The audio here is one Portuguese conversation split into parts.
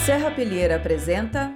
Serra Pilheira apresenta...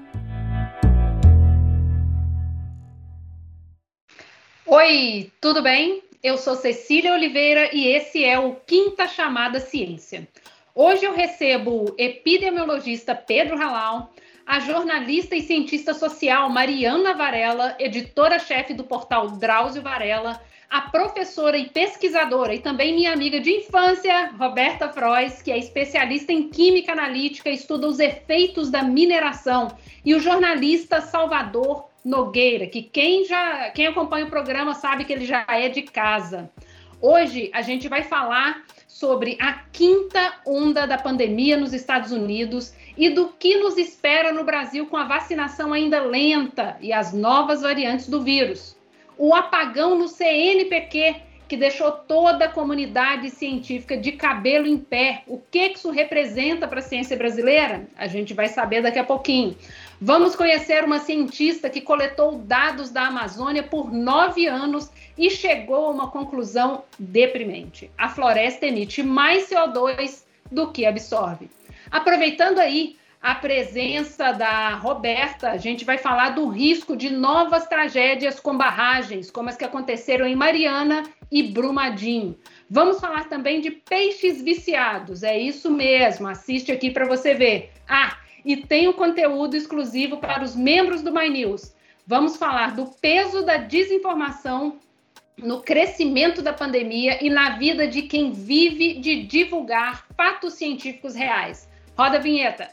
Oi, tudo bem? Eu sou Cecília Oliveira e esse é o Quinta Chamada Ciência. Hoje eu recebo o epidemiologista Pedro Halal, a jornalista e cientista social Mariana Varela, editora-chefe do portal Drauzio Varela, a professora e pesquisadora e também minha amiga de infância, Roberta Frois, que é especialista em química analítica e estuda os efeitos da mineração, e o jornalista Salvador Nogueira, que quem acompanha o programa sabe que ele já é de casa. Hoje a gente vai falar sobre a quinta onda da pandemia nos Estados Unidos e do que nos espera no Brasil com a vacinação ainda lenta e as novas variantes do vírus. O apagão no CNPq, que deixou toda a comunidade científica de cabelo em pé. O que isso representa para a ciência brasileira? A gente vai saber daqui a pouquinho. Vamos conhecer uma cientista que coletou dados da Amazônia por 9 anos e chegou a uma conclusão deprimente. A floresta emite mais CO2 do que absorve. Aproveitando aí a presença da Roberta, a gente vai falar do risco de novas tragédias com barragens, como as que aconteceram em Mariana e Brumadinho. Vamos falar também de peixes viciados, é isso mesmo, assiste aqui para você ver. E tem um conteúdo exclusivo para os membros do My News. Vamos falar do peso da desinformação no crescimento da pandemia e na vida de quem vive de divulgar fatos científicos reais. Roda a vinheta.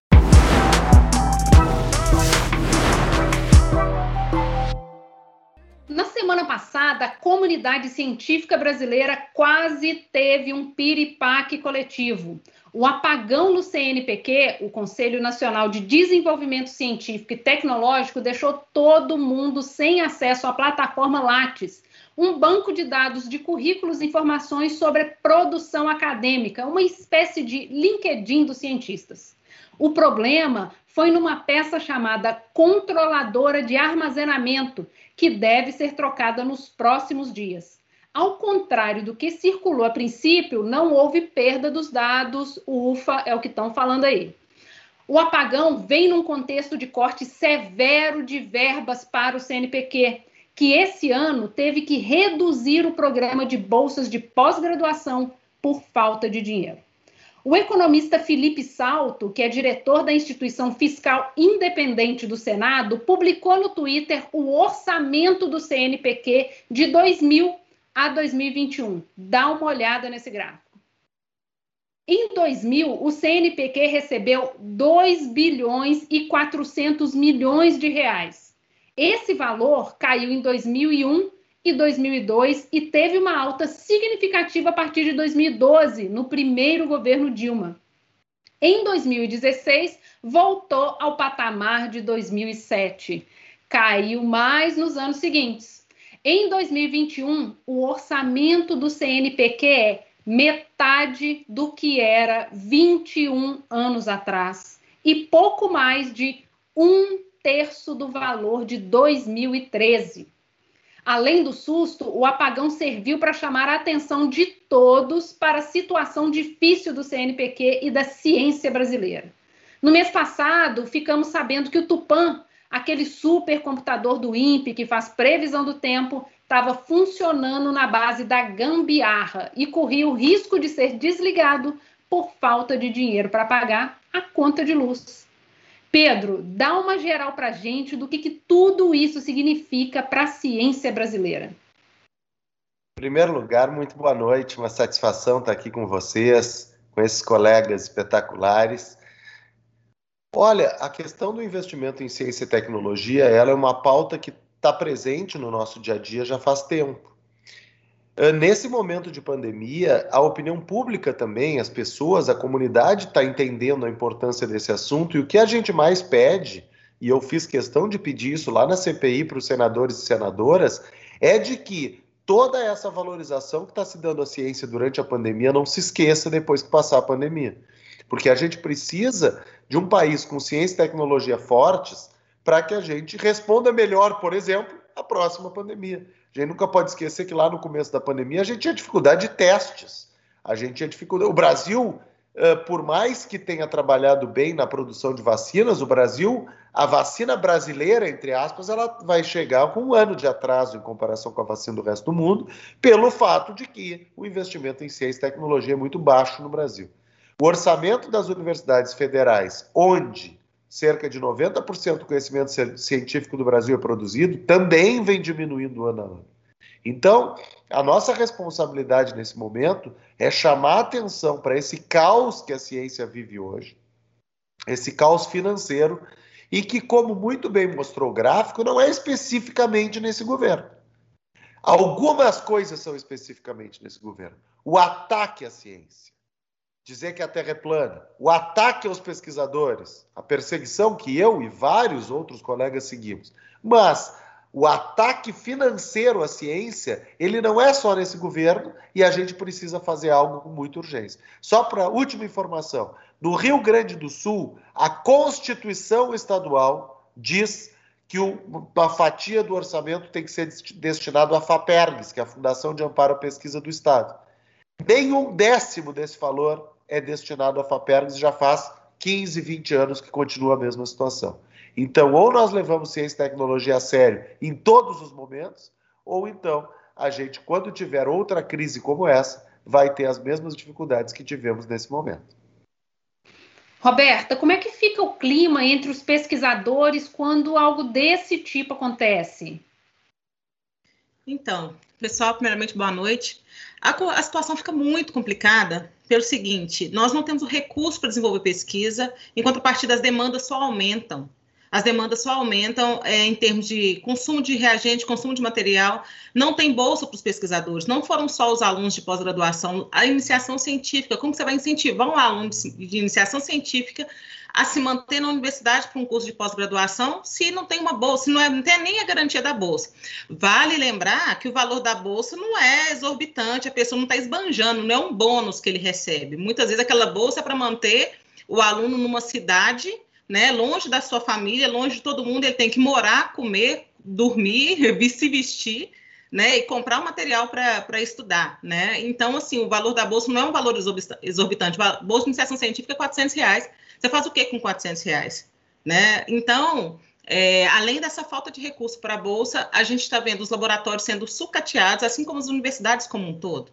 Na semana passada, a comunidade científica brasileira quase teve um piripaque coletivo. O apagão no CNPq, o Conselho Nacional de Desenvolvimento Científico e Tecnológico, deixou todo mundo sem acesso à plataforma Lattes, um banco de dados de currículos e informações sobre produção acadêmica, uma espécie de LinkedIn dos cientistas. O problema foi numa peça chamada controladora de armazenamento, que deve ser trocada nos próximos dias. Ao contrário do que circulou a princípio, não houve perda dos dados, ufa, é o que estão falando aí. O apagão vem num contexto de corte severo de verbas para o CNPq, que esse ano teve que reduzir o programa de bolsas de pós-graduação por falta de dinheiro. O economista Felipe Salto, que é diretor da Instituição Fiscal Independente do Senado, publicou no Twitter o orçamento do CNPq de 2000 a 2021. Dá uma olhada nesse gráfico. Em 2000, o CNPq recebeu 2 bilhões e 400 milhões de reais. Esse valor caiu em 2001 e 2002 e teve uma alta significativa a partir de 2012, no primeiro governo Dilma. Em 2016, voltou ao patamar de 2007. Caiu mais nos anos seguintes. Em 2021, o orçamento do CNPq é metade do que era 21 anos atrás e pouco mais de 1/3 do valor de 2013. Além do susto, o apagão serviu para chamar a atenção de todos para a situação difícil do CNPq e da ciência brasileira. No mês passado, ficamos sabendo que o Tupã, aquele supercomputador do INPE que faz previsão do tempo, estava funcionando na base da gambiarra e corria o risco de ser desligado por falta de dinheiro para pagar a conta de luz. Pedro, dá uma geral para a gente do que tudo isso significa para a ciência brasileira. Em primeiro lugar, muito boa noite, uma satisfação estar aqui com vocês, com esses colegas espetaculares. Olha, a questão do investimento em ciência e tecnologia, ela é uma pauta que está presente no nosso dia a dia já faz tempo. Nesse momento de pandemia, a opinião pública também, as pessoas, a comunidade está entendendo a importância desse assunto, e o que a gente mais pede, e eu fiz questão de pedir isso lá na CPI para os senadores e senadoras, é de que toda essa valorização que está se dando à ciência durante a pandemia não se esqueça depois que passar a pandemia. Porque a gente precisa de um país com ciência e tecnologia fortes para que a gente responda melhor, por exemplo, à próxima pandemia. A gente nunca pode esquecer que lá no começo da pandemia a gente tinha dificuldade de testes. A gente tinha dificuldade. O Brasil por mais que tenha trabalhado bem na produção de vacinas, o Brasil, a vacina brasileira, entre aspas, ela vai chegar com 1 ano de atraso em comparação com a vacina do resto do mundo, pelo fato de que o investimento em ciência e tecnologia é muito baixo no Brasil. O orçamento das universidades federais, onde cerca de 90% do conhecimento científico do Brasil é produzido, também vem diminuindo ano a ano. Então, a nossa responsabilidade nesse momento é chamar atenção para esse caos que a ciência vive hoje, esse caos financeiro, e que, como muito bem mostrou o gráfico, não é especificamente nesse governo. Algumas coisas são especificamente nesse governo. O ataque à ciência, dizer que a Terra é plana, o ataque aos pesquisadores, a perseguição que eu e vários outros colegas seguimos. Mas o ataque financeiro à ciência, ele não é só nesse governo e a gente precisa fazer algo com muita urgência. Só para última informação, no Rio Grande do Sul, a Constituição Estadual diz que uma fatia do orçamento tem que ser destinado à FAPERGS, que é a Fundação de Amparo à Pesquisa do Estado. Nem 1/10 desse valor é destinado à FAPERGS, já faz 15, 20 anos que continua a mesma situação. Então, ou nós levamos ciência e tecnologia a sério em todos os momentos, ou então a gente, quando tiver outra crise como essa, vai ter as mesmas dificuldades que tivemos nesse momento. Roberta, como é que fica o clima entre os pesquisadores quando algo desse tipo acontece? Então, pessoal, primeiramente, boa noite. A situação fica muito complicada pelo seguinte: nós não temos o recurso para desenvolver pesquisa, em contrapartida, as demandas só aumentam. As demandas só aumentam em termos de consumo de reagente, consumo de material. Não tem bolsa para os pesquisadores, não foram só os alunos de pós-graduação. A iniciação científica, como você vai incentivar um aluno de iniciação científica a se manter na universidade para um curso de pós-graduação se não tem uma bolsa, se não tem nem a garantia da bolsa? Vale lembrar que o valor da bolsa não é exorbitante, a pessoa não está esbanjando, não é um bônus que ele recebe. Muitas vezes aquela bolsa é para manter o aluno numa cidade, né, longe da sua família, longe de todo mundo. Ele tem que morar, comer, dormir, se vestir, né, e comprar o material para estudar, né? Então, assim, o valor da bolsa não é um valor exorbitante. A bolsa de iniciação científica é R$400. Você faz o quê com R$400? Né? Então, além dessa falta de recurso para a bolsa, a gente está vendo os laboratórios sendo sucateados, assim como as universidades como um todo.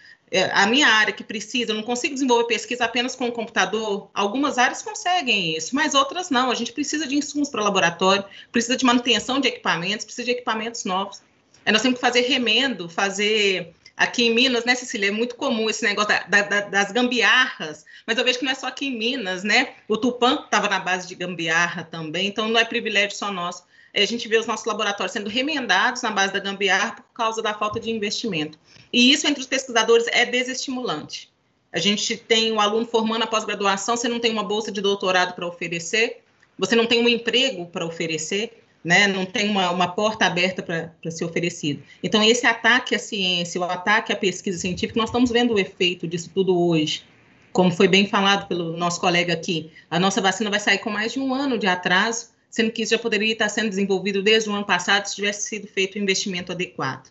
A minha área que precisa, eu não consigo desenvolver pesquisa apenas com o computador. Algumas áreas conseguem isso, mas outras não. A gente precisa de insumos para o laboratório, precisa de manutenção de equipamentos, precisa de equipamentos novos. Nós temos que fazer remendo, aqui em Minas, né, Cecília, é muito comum esse negócio das gambiarras, mas eu vejo que não é só aqui em Minas, né? O Tupã estava na base de gambiarra também, então não é privilégio só nosso. A gente vê os nossos laboratórios sendo remendados na base da gambiarra por causa da falta de investimento. E isso, entre os pesquisadores, é desestimulante. A gente tem um aluno formando a pós-graduação, você não tem uma bolsa de doutorado para oferecer, você não tem um emprego para oferecer, né? Não tem uma porta aberta para ser oferecido. Então, esse ataque à ciência, o ataque à pesquisa científica, nós estamos vendo o efeito disso tudo hoje. Como foi bem falado pelo nosso colega aqui, a nossa vacina vai sair com mais de 1 ano de atraso, sendo que isso já poderia estar sendo desenvolvido desde o ano passado se tivesse sido feito um investimento adequado.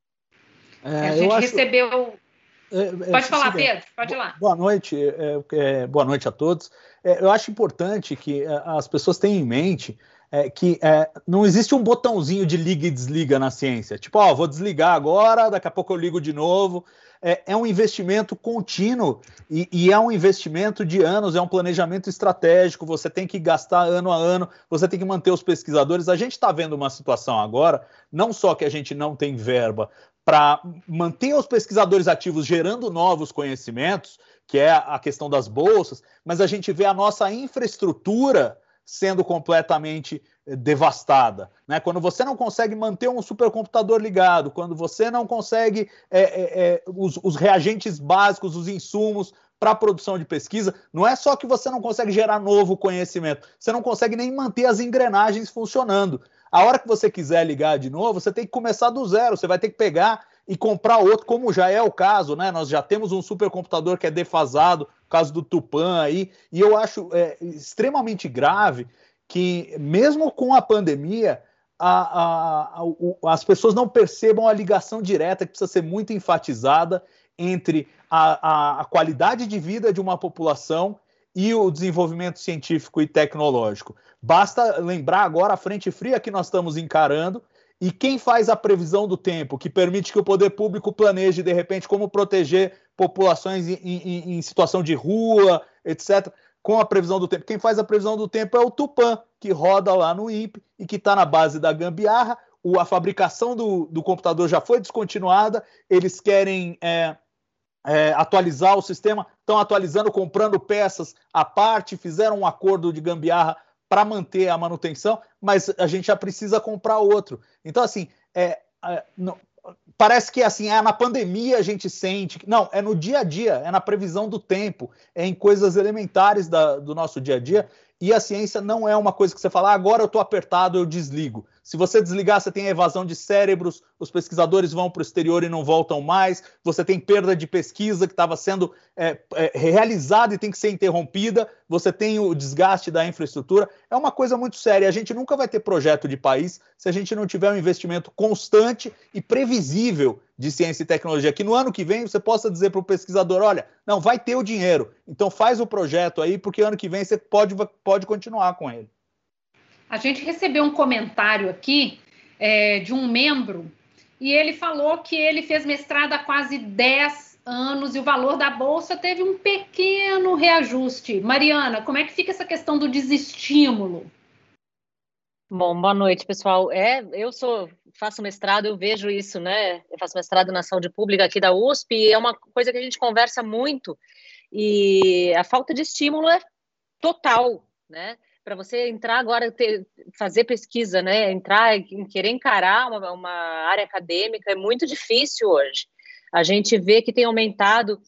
A gente recebeu... Pode falar, Pedro, pode ir lá. Boa noite, boa noite a todos. Eu acho importante que as pessoas tenham em mente que não existe um botãozinho de liga e desliga na ciência. Tipo, vou desligar agora, daqui a pouco eu ligo de novo. É um investimento contínuo e é um investimento de anos, é um planejamento estratégico. Você tem que gastar ano a ano, você tem que manter os pesquisadores. A gente está vendo uma situação agora, não só que a gente não tem verba para manter os pesquisadores ativos gerando novos conhecimentos, que é a questão das bolsas, mas a gente vê a nossa infraestrutura sendo completamente devastada, né? Quando você não consegue manter um supercomputador ligado, quando você não consegue os reagentes básicos, os insumos para a produção de pesquisa, não é só que você não consegue gerar novo conhecimento, você não consegue nem manter as engrenagens funcionando. A hora que você quiser ligar de novo, você tem que começar do zero, você vai ter que pegar e comprar outro, como já é o caso, né? Nós já temos um supercomputador que é defasado, no caso do Tupã aí, e eu acho extremamente grave que, mesmo com a pandemia, as pessoas não percebam a ligação direta que precisa ser muito enfatizada entre a qualidade de vida de uma população e o desenvolvimento científico e tecnológico. Basta lembrar agora a frente fria que nós estamos encarando, e quem faz a previsão do tempo, que permite que o poder público planeje, de repente, como proteger populações em situação de rua, etc., com a previsão do tempo. Quem faz a previsão do tempo é o Tupã, que roda lá no INPE e que está na base da gambiarra. A fabricação do computador já foi descontinuada, eles querem atualizar o sistema, estão atualizando, comprando peças à parte, fizeram um acordo de gambiarra para manter a manutenção, mas a gente já precisa comprar outro. Então, assim, parece que assim, na pandemia a gente sente... Não, é no dia a dia, é na previsão do tempo, é em coisas elementares do nosso dia a dia, e a ciência não é uma coisa que você fala, agora eu estou apertado, eu desligo. Se você desligar, você tem evasão de cérebros, os pesquisadores vão para o exterior e não voltam mais, você tem perda de pesquisa que estava sendo realizada e tem que ser interrompida, você tem o desgaste da infraestrutura, é uma coisa muito séria. A gente nunca vai ter projeto de país se a gente não tiver um investimento constante e previsível de ciência e tecnologia, que no ano que vem você possa dizer para o pesquisador, olha, não, vai ter o dinheiro, então faz o projeto aí, porque ano que vem você pode continuar com ele. A gente recebeu um comentário aqui de um membro, e ele falou que ele fez mestrado há quase 10 anos e o valor da bolsa teve um pequeno reajuste. Mariana, como é que fica essa questão do desestímulo? Bom, boa noite, pessoal. Faço mestrado, eu vejo isso, né? Eu faço mestrado na saúde pública aqui da USP e é uma coisa que a gente conversa muito e a falta de estímulo é total, né? Para você entrar agora, fazer pesquisa, né? Querer encarar uma área acadêmica é muito difícil hoje. A gente vê que tem aumentado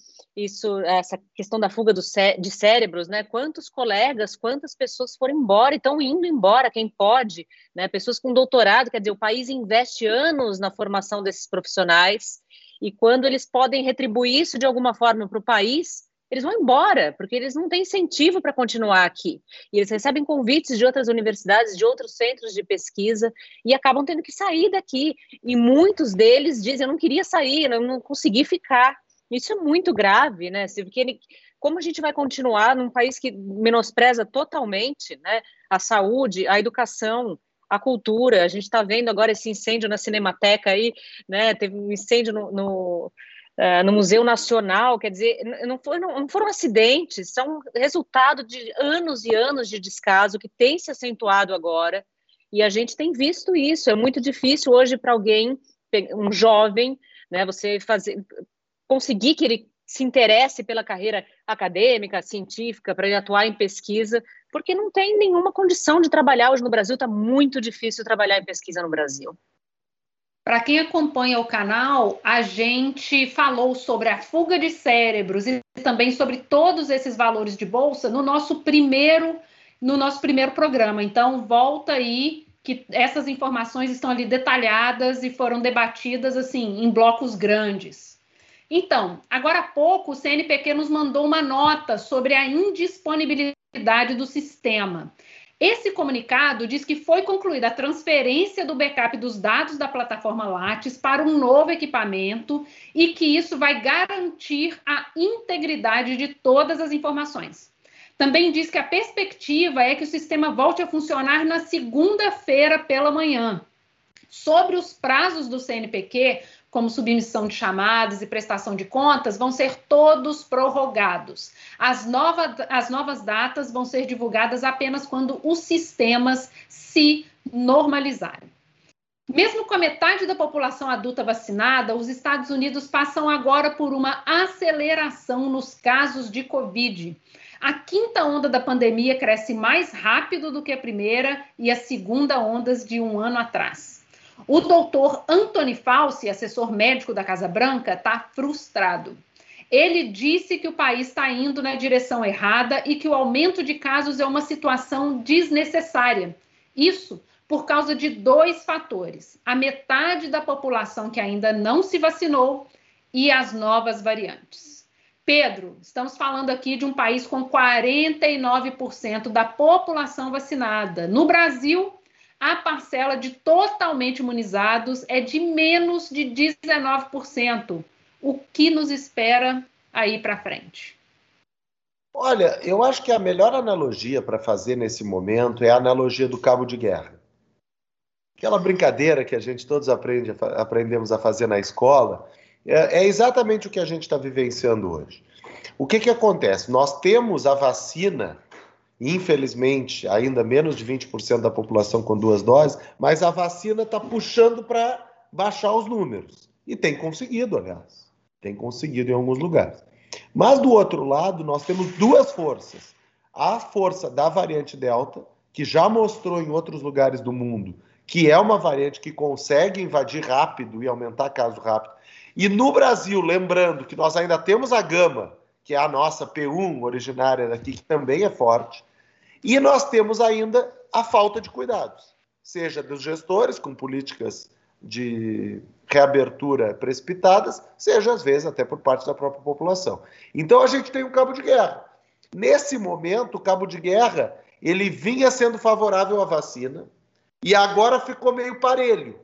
essa questão da fuga de cérebros, né? Quantos colegas, quantas pessoas foram embora e estão indo embora, quem pode, né? Pessoas com doutorado, quer dizer, o país investe anos na formação desses profissionais e quando eles podem retribuir isso de alguma forma para o país, eles vão embora, porque eles não têm incentivo para continuar aqui. E eles recebem convites de outras universidades, de outros centros de pesquisa, e acabam tendo que sair daqui. E muitos deles dizem, eu não queria sair, eu não consegui ficar. Isso é muito grave, né? Porque como a gente vai continuar num país que menospreza totalmente, né, a saúde, a educação, a cultura? A gente está vendo agora esse incêndio na Cinemateca aí, né? Teve um incêndio no Museu Nacional, quer dizer, não foram acidentes, são resultado de anos e anos de descaso que tem se acentuado agora, e a gente tem visto isso. É muito difícil hoje para alguém, um jovem, né, você conseguir que ele se interesse pela carreira acadêmica, científica, para atuar em pesquisa, porque não tem nenhuma condição de trabalhar hoje no Brasil. Está muito difícil trabalhar em pesquisa no Brasil. Para quem acompanha o canal, a gente falou sobre a fuga de cérebros e também sobre todos esses valores de bolsa no nosso primeiro programa. Então, volta aí, que essas informações estão ali detalhadas e foram debatidas assim em blocos grandes. Então, agora há pouco, o CNPq nos mandou uma nota sobre a indisponibilidade do sistema. Esse comunicado diz que foi concluída a transferência do backup dos dados da plataforma Lattes para um novo equipamento e que isso vai garantir a integridade de todas as informações. Também diz que a perspectiva é que o sistema volte a funcionar na segunda-feira pela manhã. Sobre os prazos do CNPq, como submissão de chamadas e prestação de contas, vão ser todos prorrogados. As novas datas vão ser divulgadas apenas quando os sistemas se normalizarem. Mesmo com a metade da população adulta vacinada, os Estados Unidos passam agora por uma aceleração nos casos de Covid. A quinta onda da pandemia cresce mais rápido do que a primeira e a segunda onda de um ano atrás. O doutor Anthony Fauci, assessor médico da Casa Branca, está frustrado. Ele disse que o país está indo na direção errada e que o aumento de casos é uma situação desnecessária. Isso por causa de 2 fatores: a metade da população que ainda não se vacinou e as novas variantes. Pedro, estamos falando aqui de um país com 49% da população vacinada. No Brasil, a parcela de totalmente imunizados é de menos de 19%. o que nos espera aí para frente? Olha, eu acho que a melhor analogia para fazer nesse momento é a analogia do cabo de guerra. Aquela brincadeira que a gente todos aprendemos a fazer na escola é exatamente o que a gente está vivenciando hoje. O que acontece? Nós temos a vacina, infelizmente, ainda menos de 20% da população com 2 doses, mas a vacina está puxando para baixar os números. E tem conseguido, aliás. Tem conseguido em alguns lugares. Mas, do outro lado, nós temos 2 forças. A força da variante Delta, que já mostrou em outros lugares do mundo que é uma variante que consegue invadir rápido e aumentar caso rápido. E no Brasil, lembrando que nós ainda temos a Gama, que é a nossa P1 originária daqui, que também é forte. E nós temos ainda a falta de cuidados, seja dos gestores, com políticas de reabertura precipitadas, seja, às vezes, até por parte da própria população. Então, a gente tem um cabo de guerra. Nesse momento, o cabo de guerra, ele vinha sendo favorável à vacina e agora ficou meio parelho.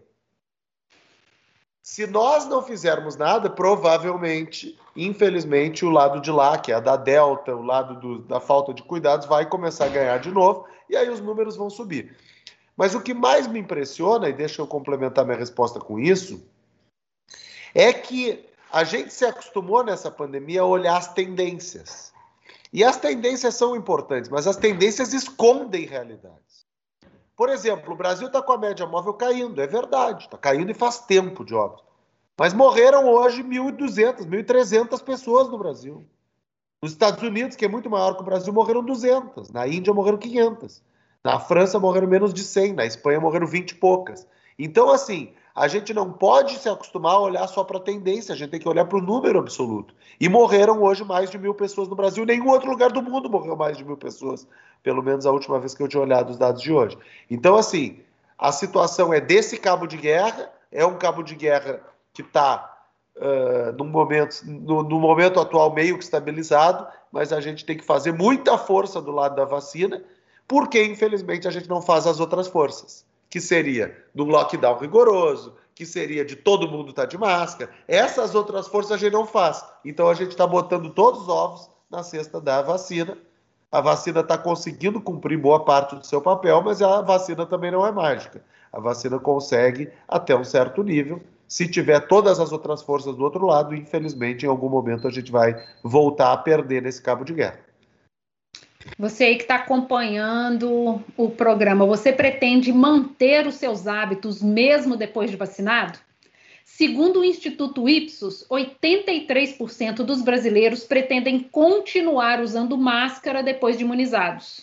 Se nós não fizermos nada, provavelmente, infelizmente, o lado de lá, que é a da Delta, o lado da falta de cuidados, vai começar a ganhar de novo, e aí os números vão subir. Mas o que mais me impressiona, e deixa eu complementar minha resposta com isso, é que a gente se acostumou nessa pandemia a olhar as tendências. E as tendências são importantes, mas as tendências escondem realidades. Por exemplo, o Brasil está com a média móvel caindo, é verdade, está caindo e faz tempo de óbito. Mas morreram hoje 1.200, 1.300 pessoas no Brasil. Nos Estados Unidos, que é muito maior que o Brasil, morreram 200. Na Índia morreram 500. Na França morreram menos de 100. Na Espanha morreram 20 e poucas. Então, assim, a gente não pode se acostumar a olhar só para a tendência, a gente tem que olhar para o número absoluto. E morreram hoje mais de 1.000 pessoas no Brasil. Nenhum outro lugar do mundo morreu mais de 1.000 pessoas, pelo menos a última vez que eu tinha olhado os dados de hoje. Então, assim, a situação é desse cabo de guerra, é um cabo de guerra que está, no momento atual, meio que estabilizado, mas a gente tem que fazer muita força do lado da vacina, porque, infelizmente, a gente não faz as outras forças, que seria do lockdown rigoroso, que seria de todo mundo estar de máscara. Essas outras forças a gente não faz. Então, a gente está botando todos os ovos na cesta da vacina. A vacina está conseguindo cumprir boa parte do seu papel, mas a vacina também não é mágica. A vacina consegue até um certo nível. Se tiver todas as outras forças do outro lado, infelizmente, em algum momento a gente vai voltar a perder nesse cabo de guerra. Você aí que está acompanhando o programa, você pretende manter os seus hábitos mesmo depois de vacinado? Segundo o Instituto Ipsos, 83% dos brasileiros pretendem continuar usando máscara depois de imunizados.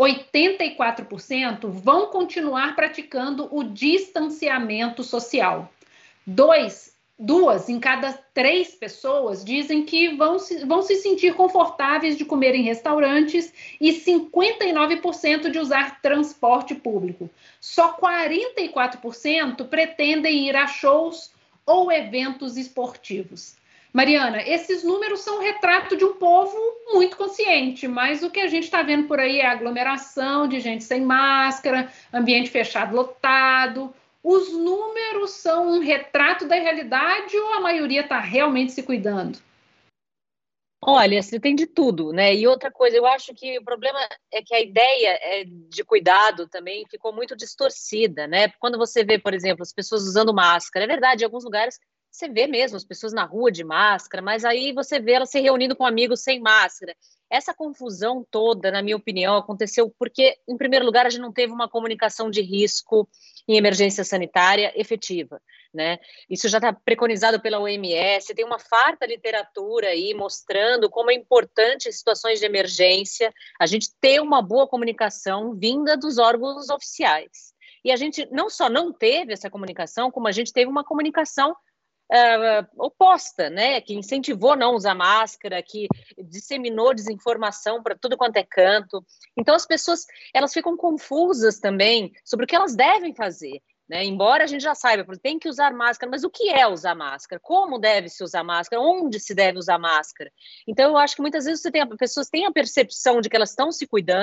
84% vão continuar praticando o distanciamento social. 2 em cada 3 pessoas dizem que vão se sentir confortáveis de comer em restaurantes e 59% de usar transporte público. Só 44% pretendem ir a shows ou eventos esportivos. Mariana, esses números são um retrato de um povo muito consciente, mas o que a gente está vendo por aí é aglomeração de gente sem máscara, ambiente fechado lotado. Os números são um retrato da realidade ou a maioria está realmente se cuidando? Olha, você tem de tudo, né? E outra coisa, eu acho que o problema é que a ideia de cuidado também ficou muito distorcida, né? Quando você vê, por exemplo, as pessoas usando máscara, é verdade, em alguns lugares você vê mesmo as pessoas na rua de máscara, mas aí você vê elas se reunindo com amigos sem máscara. Essa confusão toda, na minha opinião, aconteceu porque, em primeiro lugar, a gente não teve uma comunicação de risco em emergência sanitária efetiva, né? Isso já está preconizado pela OMS, tem uma farta literatura aí mostrando como é importante em situações de emergência a gente ter uma boa comunicação vinda dos órgãos oficiais. E a gente não só não teve essa comunicação, como a gente teve uma comunicação oposta, né, que incentivou não usar máscara, que disseminou desinformação para tudo quanto é canto. Então as pessoas elas ficam confusas também sobre o que elas devem fazer, né? Embora a gente já saiba, tem que usar máscara, mas o que é usar máscara? Como deve se usar máscara? Onde se deve usar máscara? Então eu acho que muitas vezes pessoas têm a percepção de que elas estão se cuidando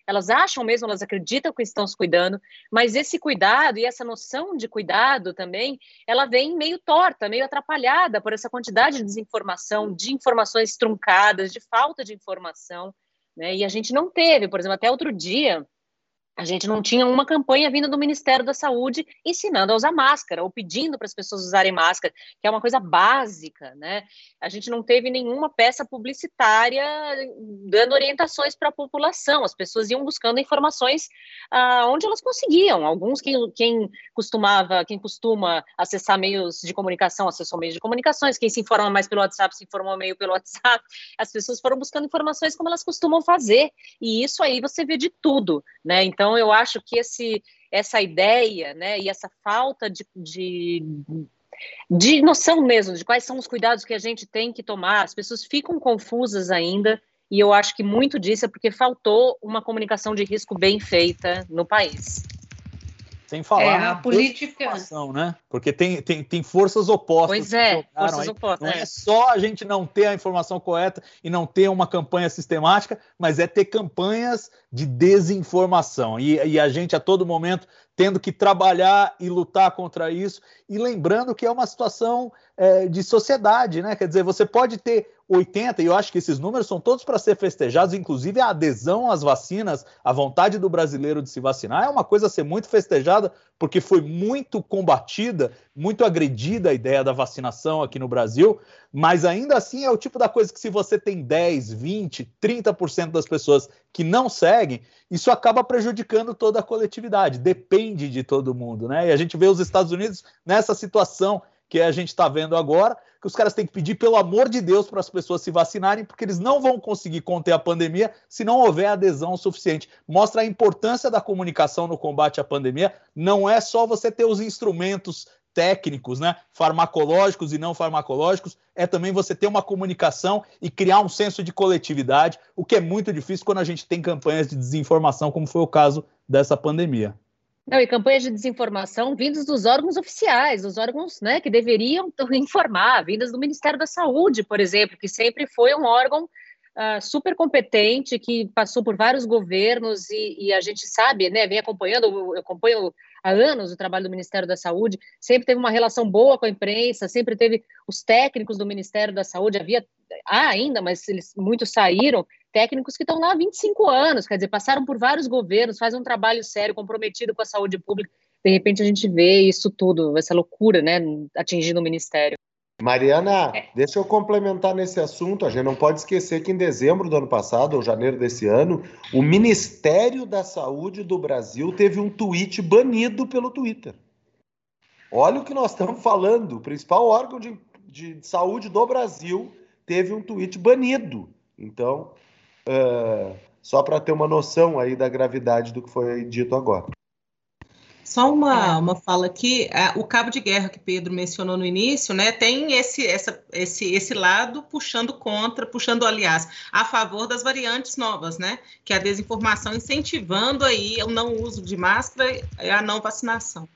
elas acham mesmo, elas acreditam que estão se cuidando, mas esse cuidado e essa noção de cuidado também, ela vem meio torta, meio atrapalhada por essa quantidade de desinformação, de informações truncadas, de falta de informação, né? E a gente não teve, por exemplo, até outro dia, a gente não tinha uma campanha vinda do Ministério da Saúde ensinando a usar máscara ou pedindo para as pessoas usarem máscara, que é uma coisa básica, né? A gente não teve nenhuma peça publicitária dando orientações para a população. As pessoas iam buscando informações onde elas conseguiam. Alguns, quem costuma acessar meios de comunicação, acessou meios de comunicações. Quem se informa mais pelo WhatsApp, se informou meio pelo WhatsApp. As pessoas foram buscando informações como elas costumam fazer. E isso aí você vê de tudo, né? Então, eu acho que essa ideia, né, e essa falta de noção mesmo de quais são os cuidados que a gente tem que tomar, as pessoas ficam confusas ainda, e eu acho que muito disso é porque faltou uma comunicação de risco bem feita no país. Sem falar a política, né? Porque tem forças opostas. Pois é, forças opostas. Não é só a gente não ter a informação correta e não ter uma campanha sistemática, mas é ter campanhas de desinformação. E a gente, a todo momento, tendo que trabalhar e lutar contra isso. E lembrando que é uma situação de sociedade, né? Quer dizer, você pode ter 80, e eu acho que esses números são todos para ser festejados, inclusive a adesão às vacinas, a vontade do brasileiro de se vacinar é uma coisa a ser muito festejada, porque foi muito combatida, muito agredida a ideia da vacinação aqui no Brasil, mas ainda assim é o tipo da coisa que se você tem 10, 20, 30% das pessoas que não seguem, isso acaba prejudicando toda a coletividade, depende de todo mundo, né? E a gente vê os Estados Unidos nessa situação que a gente está vendo agora, que os caras têm que pedir, pelo amor de Deus, para as pessoas se vacinarem, porque eles não vão conseguir conter a pandemia se não houver adesão suficiente. Mostra a importância da comunicação no combate à pandemia. Não é só você ter os instrumentos técnicos, né, farmacológicos e não farmacológicos, é também você ter uma comunicação e criar um senso de coletividade, o que é muito difícil quando a gente tem campanhas de desinformação, como foi o caso dessa pandemia. Não, e campanhas de desinformação vindas dos órgãos oficiais, dos órgãos, né, que deveriam informar, vindas do Ministério da Saúde, por exemplo, que sempre foi um órgão super competente, que passou por vários governos e a gente sabe, né, vem acompanhando, eu acompanho há anos o trabalho do Ministério da Saúde, sempre teve uma relação boa com a imprensa, sempre teve os técnicos do Ministério da Saúde, há ainda, mas muitos saíram, técnicos que estão lá há 25 anos, quer dizer, passaram por vários governos, fazem um trabalho sério, comprometido com a saúde pública, de repente a gente vê isso tudo, essa loucura, né, atingindo o Ministério. Mariana, deixa eu complementar nesse assunto. A gente não pode esquecer que em dezembro do ano passado, ou janeiro desse ano, o Ministério da Saúde do Brasil teve um tweet banido pelo Twitter. Olha o que nós estamos falando. O principal órgão de saúde do Brasil teve um tweet banido. Então, só para ter uma noção aí da gravidade do que foi dito agora. Só uma fala aqui, o cabo de guerra que Pedro mencionou no início, né, tem esse lado puxando, aliás, a favor das variantes novas, né, que é a desinformação incentivando aí o não uso de máscara e a não vacinação.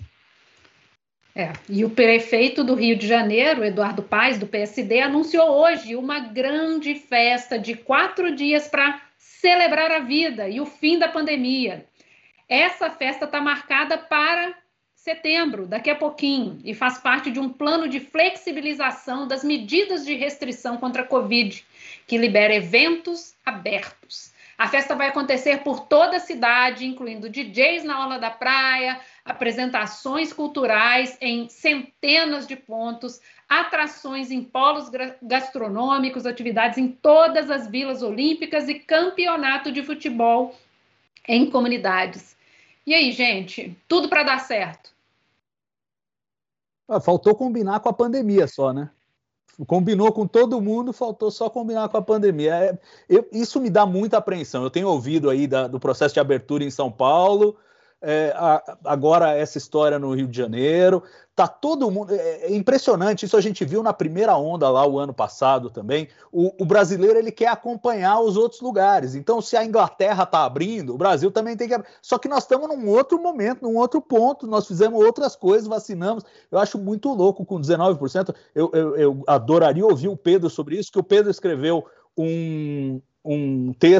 E o prefeito do Rio de Janeiro, Eduardo Paes, do PSD, anunciou hoje uma grande festa de 4 dias para celebrar a vida e o fim da pandemia. Essa festa está marcada para setembro, daqui a pouquinho, e faz parte de um plano de flexibilização das medidas de restrição contra a Covid, que libera eventos abertos. A festa vai acontecer por toda a cidade, incluindo DJs na orla da praia, apresentações culturais em centenas de pontos, atrações em polos gastronômicos, atividades em todas as vilas olímpicas e campeonato de futebol em comunidades. E aí, gente, tudo para dar certo. Faltou combinar com a pandemia só, né? Combinou com todo mundo, faltou só combinar com a pandemia. Isso me dá muita apreensão. Eu tenho ouvido aí do processo de abertura em São Paulo, agora essa história no Rio de Janeiro. Tá todo mundo... É impressionante, isso a gente viu na primeira onda lá o ano passado também. O brasileiro, ele quer acompanhar os outros lugares. Então, se a Inglaterra está abrindo, o Brasil também tem que abrir. Só que nós estamos num outro momento, num outro ponto, nós fizemos outras coisas, vacinamos. Eu acho muito louco com 19%. Eu adoraria ouvir o Pedro sobre isso, que o Pedro escreveu um texto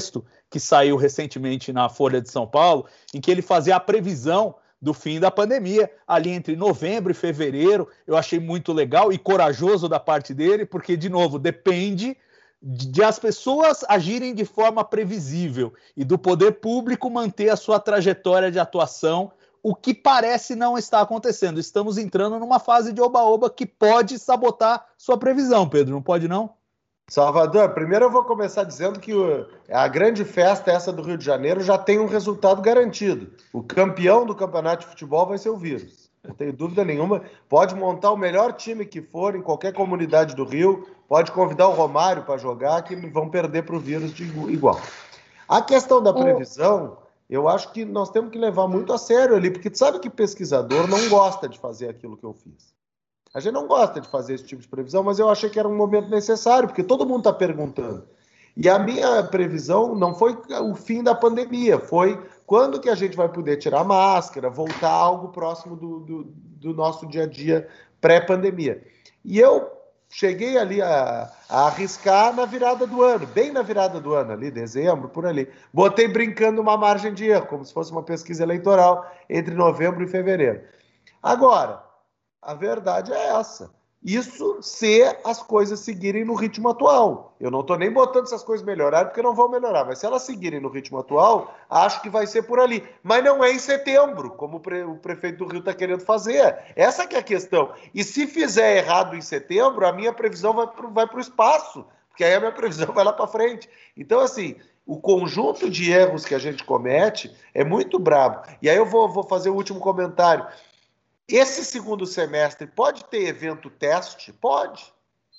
que saiu recentemente na Folha de São Paulo, em que ele fazia a previsão do fim da pandemia, ali entre novembro e fevereiro. Eu achei muito legal e corajoso da parte dele, porque, de novo, depende de as pessoas agirem de forma previsível e do poder público manter a sua trajetória de atuação, o que parece não estar acontecendo. Estamos entrando numa fase de oba-oba que pode sabotar sua previsão, Pedro, não pode não? Salvador, primeiro eu vou começar dizendo que a grande festa, essa do Rio de Janeiro, já tem um resultado garantido. O campeão do campeonato de futebol vai ser o vírus. Não tenho dúvida nenhuma. Pode montar o melhor time que for em qualquer comunidade do Rio, pode convidar o Romário para jogar, que vão perder para o vírus de igual. A questão da previsão, eu acho que nós temos que levar muito a sério ali, porque tu sabe que pesquisador não gosta de fazer aquilo que eu fiz. A gente não gosta de fazer esse tipo de previsão, mas eu achei que era um momento necessário, porque todo mundo está perguntando. E a minha previsão não foi o fim da pandemia, foi quando que a gente vai poder tirar a máscara, voltar a algo próximo do nosso dia a dia pré-pandemia. E eu cheguei ali a arriscar na virada do ano, bem na virada do ano, ali, dezembro, por ali. Botei brincando uma margem de erro, como se fosse uma pesquisa eleitoral entre novembro e fevereiro. Agora, a verdade é essa. Isso se as coisas seguirem no ritmo atual. Eu não estou nem botando essas coisas melhorarem, porque não vão melhorar. Mas se elas seguirem no ritmo atual, acho que vai ser por ali. Mas não é em setembro, como o prefeito do Rio está querendo fazer. Essa que é a questão. E se fizer errado em setembro, a minha previsão vai para o espaço, porque aí a minha previsão vai lá para frente. Então, assim, o conjunto de erros que a gente comete é muito brabo. E aí eu vou fazer o último comentário. Esse segundo semestre pode ter evento teste? Pode.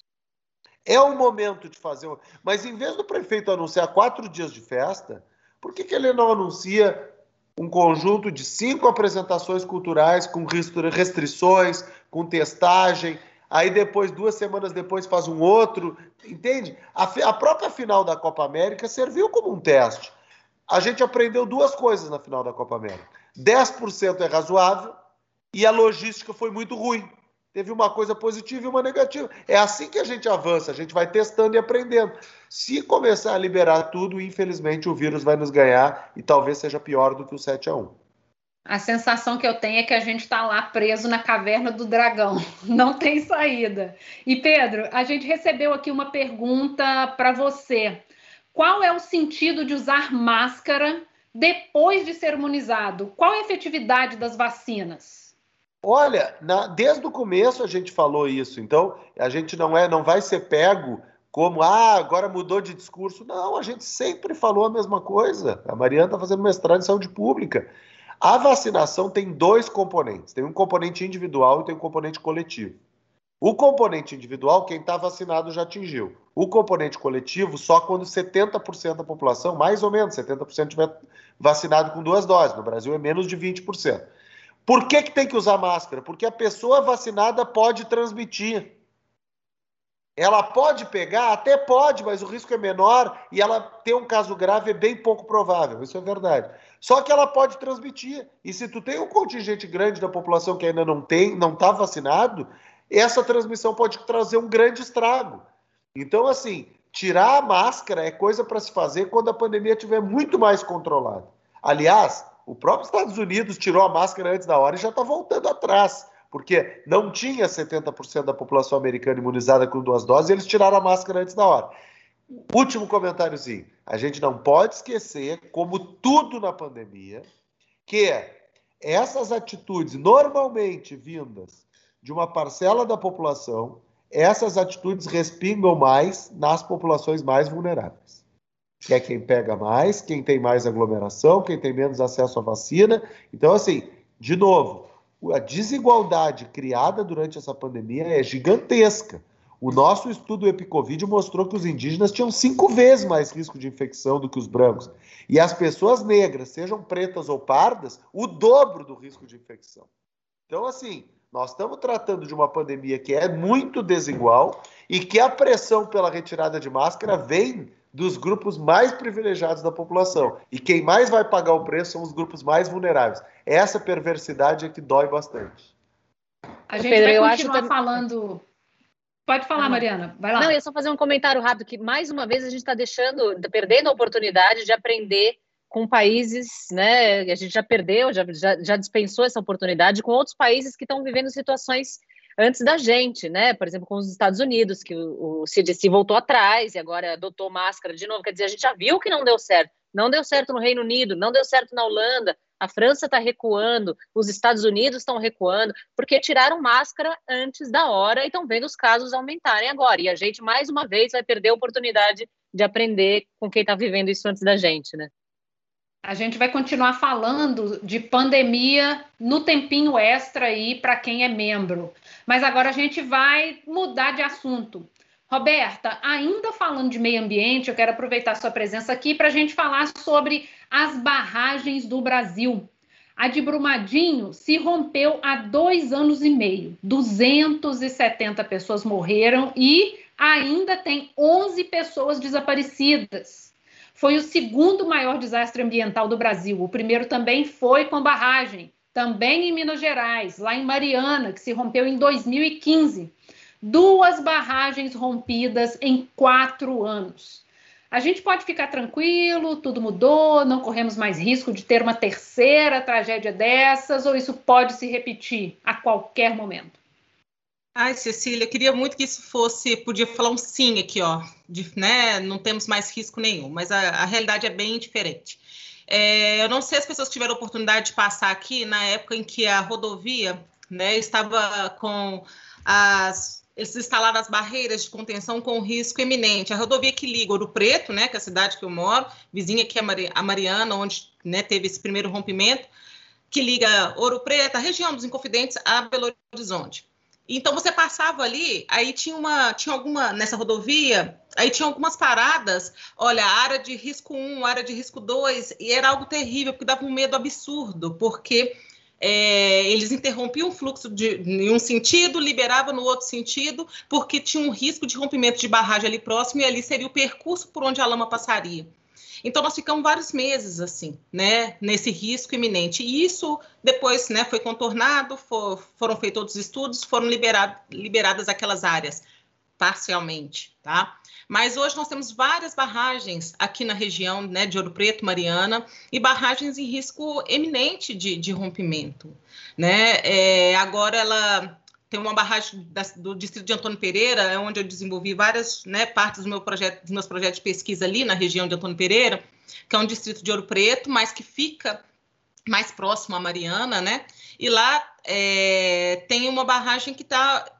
É o momento de fazer. Mas em vez do prefeito anunciar 4 dias de festa, por que ele não anuncia um conjunto de 5 apresentações culturais com restrições, com testagem, aí depois, 2 semanas depois, faz um outro, entende? A própria final da Copa América serviu como um teste. A gente aprendeu 2 coisas na final da Copa América. 10% é razoável, e a logística foi muito ruim. Teve uma coisa positiva e uma negativa. É assim que a gente avança, a gente vai testando e aprendendo. Se começar a liberar tudo, infelizmente o vírus vai nos ganhar e talvez seja pior do que o 7-1. A sensação que eu tenho é que a gente está lá preso na caverna do dragão. Não tem saída. E Pedro, a gente recebeu aqui uma pergunta para você. Qual é o sentido de usar máscara depois de ser imunizado? Qual a efetividade das vacinas? Olha, desde o começo a gente falou isso, então a gente não vai ser pego como, agora mudou de discurso. Não, a gente sempre falou a mesma coisa. A Mariana está fazendo mestrado em saúde pública. A vacinação tem 2 componentes, tem um componente individual e tem um componente coletivo. O componente individual, quem está vacinado já atingiu. O componente coletivo, só quando 70% da população, mais ou menos 70%, estiver vacinado com 2 doses. No Brasil é menos de 20%. Por que tem que usar máscara? Porque a pessoa vacinada pode transmitir. Ela pode pegar? Até pode, mas o risco é menor e ela ter um caso grave é bem pouco provável. Isso é verdade. Só que ela pode transmitir. E se tu tem um contingente grande da população que ainda não está vacinado, essa transmissão pode trazer um grande estrago. Então, assim, tirar a máscara é coisa para se fazer quando a pandemia estiver muito mais controlada. Aliás, o próprio Estados Unidos tirou a máscara antes da hora e já está voltando atrás, porque não tinha 70% da população americana imunizada com 2 doses e eles tiraram a máscara antes da hora. Último comentáriozinho. A gente não pode esquecer, como tudo na pandemia, que essas atitudes normalmente vindas de uma parcela da população, essas atitudes respingam mais nas populações mais vulneráveis. Que é quem pega mais, quem tem mais aglomeração, quem tem menos acesso à vacina. Então, assim, de novo, a desigualdade criada durante essa pandemia é gigantesca. O nosso estudo Epicovid mostrou que os indígenas tinham 5 vezes mais risco de infecção do que os brancos. E as pessoas negras, sejam pretas ou pardas, o dobro do risco de infecção. Então, assim, nós estamos tratando de uma pandemia que é muito desigual e que a pressão pela retirada de máscara vem dos grupos mais privilegiados da população. E quem mais vai pagar o preço são os grupos mais vulneráveis. Essa perversidade é que dói bastante. A gente vai continuar falando... Pode falar, Mariana, vai lá. Não, eu ia só fazer um comentário rápido, que mais uma vez a gente está perdendo a oportunidade de aprender com países, né? A gente já perdeu, já dispensou essa oportunidade com outros países que estão vivendo situações antes da gente, né? Por exemplo, com os Estados Unidos, que o CDC voltou atrás e agora adotou máscara de novo. Quer dizer, a gente já viu que não deu certo. Não deu certo no Reino Unido, não deu certo na Holanda, a França está recuando, os Estados Unidos estão recuando, porque tiraram máscara antes da hora e estão vendo os casos aumentarem agora. E a gente, mais uma vez, vai perder a oportunidade de aprender com quem está vivendo isso antes da gente, né? A gente vai continuar falando de pandemia no tempinho extra aí para quem é membro. Mas agora a gente vai mudar de assunto. Roberta, ainda falando de meio ambiente, eu quero aproveitar a sua presença aqui para a gente falar sobre as barragens do Brasil. A de Brumadinho se rompeu há 2 anos e meio. 270 pessoas morreram e ainda tem 11 pessoas desaparecidas. Foi o segundo maior desastre ambiental do Brasil. O primeiro também foi com barragem, também em Minas Gerais, lá em Mariana, que se rompeu em 2015. 2 barragens rompidas em 4 anos. A gente pode ficar tranquilo, tudo mudou, não corremos mais risco de ter uma terceira tragédia dessas, ou isso pode se repetir a qualquer momento? Ai, Cecília, queria muito que isso fosse, podia falar um sim aqui, ó, né, não temos mais risco nenhum, mas a realidade é bem diferente. Eu não sei se as pessoas tiveram a oportunidade de passar aqui na época em que a rodovia, né, estava com eles instalaram as barreiras de contenção com risco eminente. A rodovia que liga Ouro Preto, né, que é a cidade que eu moro, vizinha aqui a Mariana, onde, né, teve esse primeiro rompimento, que liga Ouro Preto, a região dos Inconfidentes, a Belo Horizonte. Então, você passava ali, aí tinha alguma, nessa rodovia, aí tinha algumas paradas, olha, área de risco 1, área de risco 2, e era algo terrível, porque dava um medo absurdo, porque eles interrompiam o fluxo em um sentido, liberavam no outro sentido, porque tinha um risco de rompimento de barragem ali próximo, e ali seria o percurso por onde a lama passaria. Então, nós ficamos vários meses, assim, né, nesse risco iminente. E isso, depois, né, foi contornado, foram feitos outros estudos, foram liberadas aquelas áreas, parcialmente, tá? Mas hoje nós temos várias barragens aqui na região, né, de Ouro Preto, Mariana, e barragens em risco eminente de rompimento, né? Agora ela tem uma barragem do distrito de Antônio Pereira, onde eu desenvolvi várias, né, partes dos meus projetos de pesquisa ali na região de Antônio Pereira, que é um distrito de Ouro Preto, mas que fica mais próximo à Mariana, né? E lá tem uma barragem que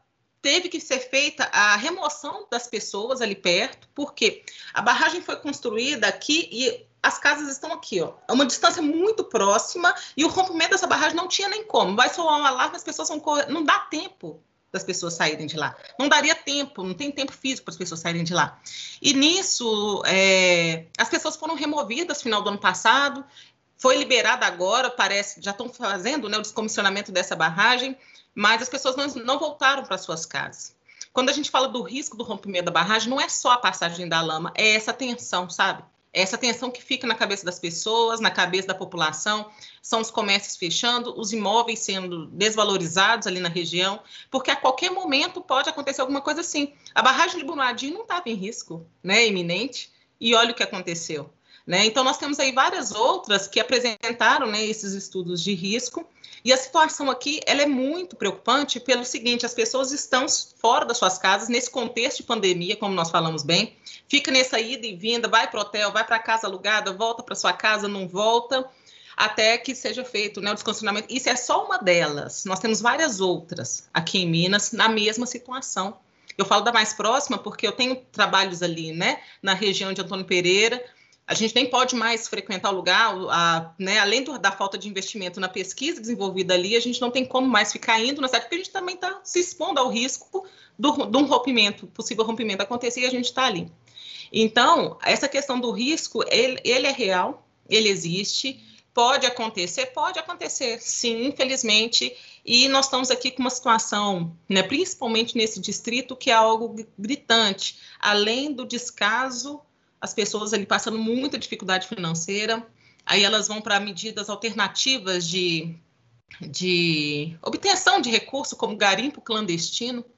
teve que ser feita a remoção das pessoas ali perto, porque a barragem foi construída aqui e as casas estão aqui, ó, a uma distância muito próxima, e o rompimento dessa barragem não tinha nem como. Vai soar um alarme, as pessoas vão correr, não dá tempo das pessoas saírem de lá. Não daria tempo, não tem tempo físico para as pessoas saírem de lá. E nisso, as pessoas foram removidas no final do ano passado, foi liberada agora, parece, já estão fazendo, né, o descomissionamento dessa barragem, mas as pessoas não voltaram para suas casas. Quando a gente fala do risco do rompimento da barragem, não é só a passagem da lama, é essa tensão, sabe? Essa tensão que fica na cabeça das pessoas, na cabeça da população, são os comércios fechando, os imóveis sendo desvalorizados ali na região, porque a qualquer momento pode acontecer alguma coisa assim. A barragem de Brumadinho não estava em risco, né, iminente, e olha o que aconteceu, né? Então, nós temos aí várias outras que apresentaram, né, esses estudos de risco, e a situação aqui ela é muito preocupante pelo seguinte: as pessoas estão fora das suas casas, nesse contexto de pandemia, como nós falamos bem, fica nessa ida e vinda, vai para o hotel, vai para a casa alugada, volta para sua casa, não volta, até que seja feito, né, o descongestionamento. Isso é só uma delas. Nós temos várias outras aqui em Minas na mesma situação. Eu falo da mais próxima porque eu tenho trabalhos ali, né, na região de Antônio Pereira. A gente nem pode mais frequentar o lugar, né, além da falta de investimento na pesquisa desenvolvida ali, a gente não tem como mais ficar indo na cidade, porque a gente também está se expondo ao risco de um rompimento, possível rompimento acontecer, e a gente está ali. Então, essa questão do risco, ele é real, ele existe, pode acontecer, sim, infelizmente, e nós estamos aqui com uma situação, né, principalmente nesse distrito, que é algo gritante, além do descaso, as pessoas ali passando muita dificuldade financeira, aí elas vão para medidas alternativas de obtenção de recurso, como garimpo clandestino,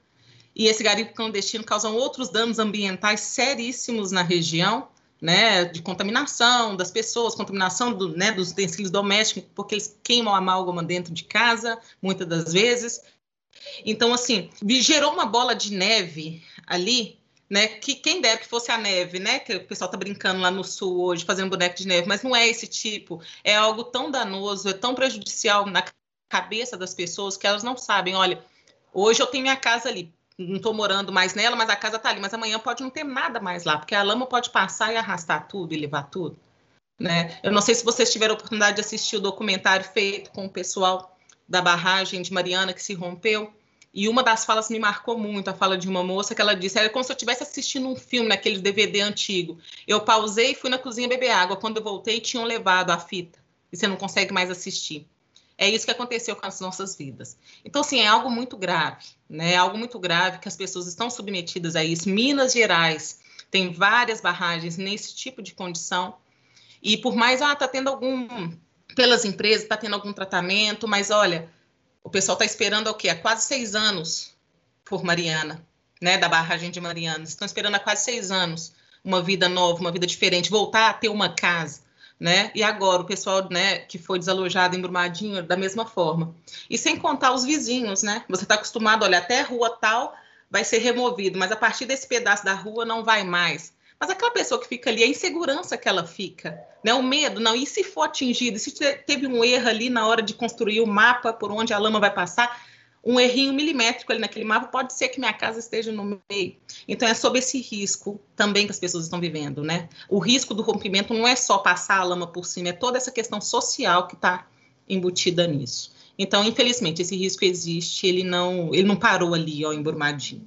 e esse garimpo clandestino causa outros danos ambientais seríssimos na região, né, de contaminação das pessoas, contaminação dos utensílios domésticos, porque eles queimam a amálgama dentro de casa, muitas das vezes. Então, assim, gerou uma bola de neve ali, né, que quem dera que fosse a neve, né, que o pessoal está brincando lá no sul hoje, fazendo boneco de neve, mas não é esse tipo, é algo tão danoso, é tão prejudicial na cabeça das pessoas que elas não sabem, olha, hoje eu tenho minha casa ali, não estou morando mais nela, mas a casa está ali, mas amanhã pode não ter nada mais lá, porque a lama pode passar e arrastar tudo e levar tudo, né? Eu não sei se vocês tiveram a oportunidade de assistir o documentário feito com o pessoal da barragem de Mariana que se rompeu, e uma das falas me marcou muito, a fala de uma moça que ela disse, era como se eu estivesse assistindo um filme naquele DVD antigo, eu pausei e fui na cozinha beber água, quando eu voltei tinham levado a fita, e você não consegue mais assistir. É isso que aconteceu com as nossas vidas. Então, assim, é algo muito grave, né? É algo muito grave que as pessoas estão submetidas a isso. Minas Gerais tem várias barragens nesse tipo de condição. E por mais, tá tendo pelas empresas, tá tendo algum tratamento, mas olha, o pessoal está esperando o quê? Há quase 6 anos por Mariana, né? Da barragem de Mariana. Estão esperando há quase 6 anos uma vida nova, uma vida diferente, voltar a ter uma casa. Né? E agora o pessoal, né, que foi desalojado em Brumadinho da mesma forma. E sem contar os vizinhos, né? Você está acostumado, olha, até a rua tal vai ser removido, mas a partir desse pedaço da rua não vai mais. Mas aquela pessoa que fica ali, a insegurança que ela fica, né? O medo, não, e se for atingido, se teve um erro ali na hora de construir o mapa por onde a lama vai passar, um errinho milimétrico ali naquele mapa, pode ser que minha casa esteja no meio. Então, é sobre esse risco também que as pessoas estão vivendo, né? O risco do rompimento não é só passar a lama por cima, é toda essa questão social que está embutida nisso. Então, infelizmente, esse risco existe, ele não parou ali, ó, em Brumadinho.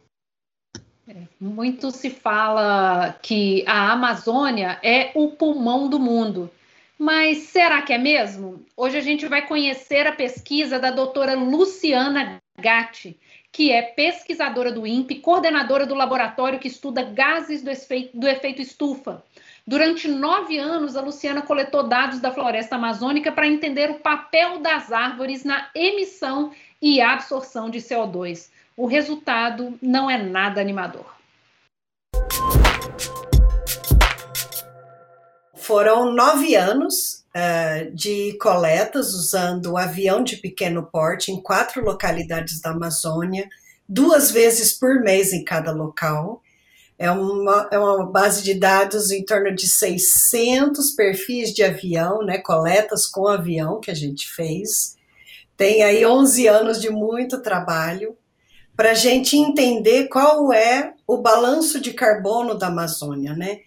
Muito se fala que a Amazônia é o pulmão do mundo. Mas será que é mesmo? Hoje a gente vai conhecer a pesquisa da doutora Luciana Gatti, que é pesquisadora do INPE, coordenadora do laboratório que estuda gases do efeito estufa. Durante 9 anos, a Luciana coletou dados da floresta amazônica para entender o papel das árvores na emissão e absorção de CO2. O resultado não é nada animador. Foram 9 anos de coletas usando o avião de pequeno porte em 4 localidades da Amazônia, 2 vezes por mês em cada local. É uma base de dados em torno de 600 perfis de avião, né, coletas com avião que a gente fez. Tem aí 11 anos de muito trabalho para a gente entender qual é o balanço de carbono da Amazônia, né?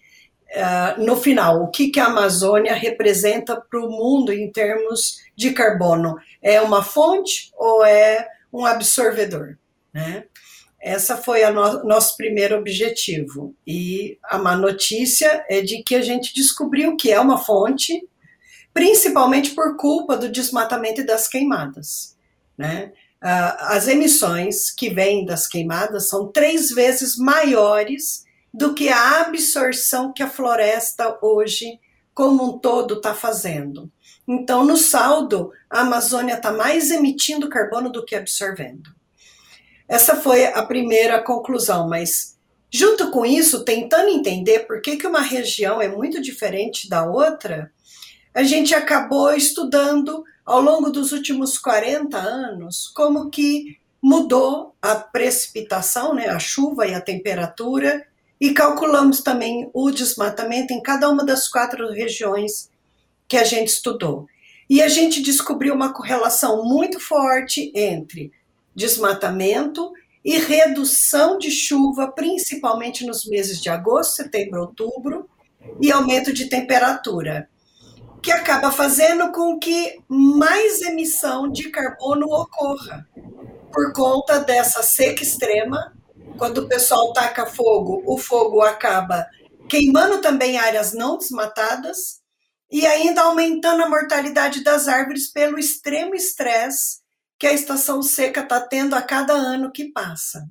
No final, o que a Amazônia representa para o mundo em termos de carbono? É uma fonte ou é um absorvedor, né? Essa foi nosso primeiro objetivo. E a má notícia é de que a gente descobriu que é uma fonte, principalmente por culpa do desmatamento e das queimadas, né? As emissões que vêm das queimadas são 3 vezes maiores do que a absorção que a floresta hoje, como um todo, está fazendo. Então, no saldo, a Amazônia está mais emitindo carbono do que absorvendo. Essa foi a primeira conclusão, mas junto com isso, tentando entender por que uma região é muito diferente da outra, a gente acabou estudando ao longo dos últimos 40 anos como que mudou a precipitação, né, a chuva e a temperatura, e calculamos também o desmatamento em cada uma das 4 regiões que a gente estudou. E a gente descobriu uma correlação muito forte entre desmatamento e redução de chuva, principalmente nos meses de agosto, setembro, outubro, e aumento de temperatura, que acaba fazendo com que mais emissão de carbono ocorra, por conta dessa seca extrema. Quando o pessoal taca fogo, o fogo acaba queimando também áreas não desmatadas e ainda aumentando a mortalidade das árvores pelo extremo estresse que a estação seca está tendo a cada ano que passa.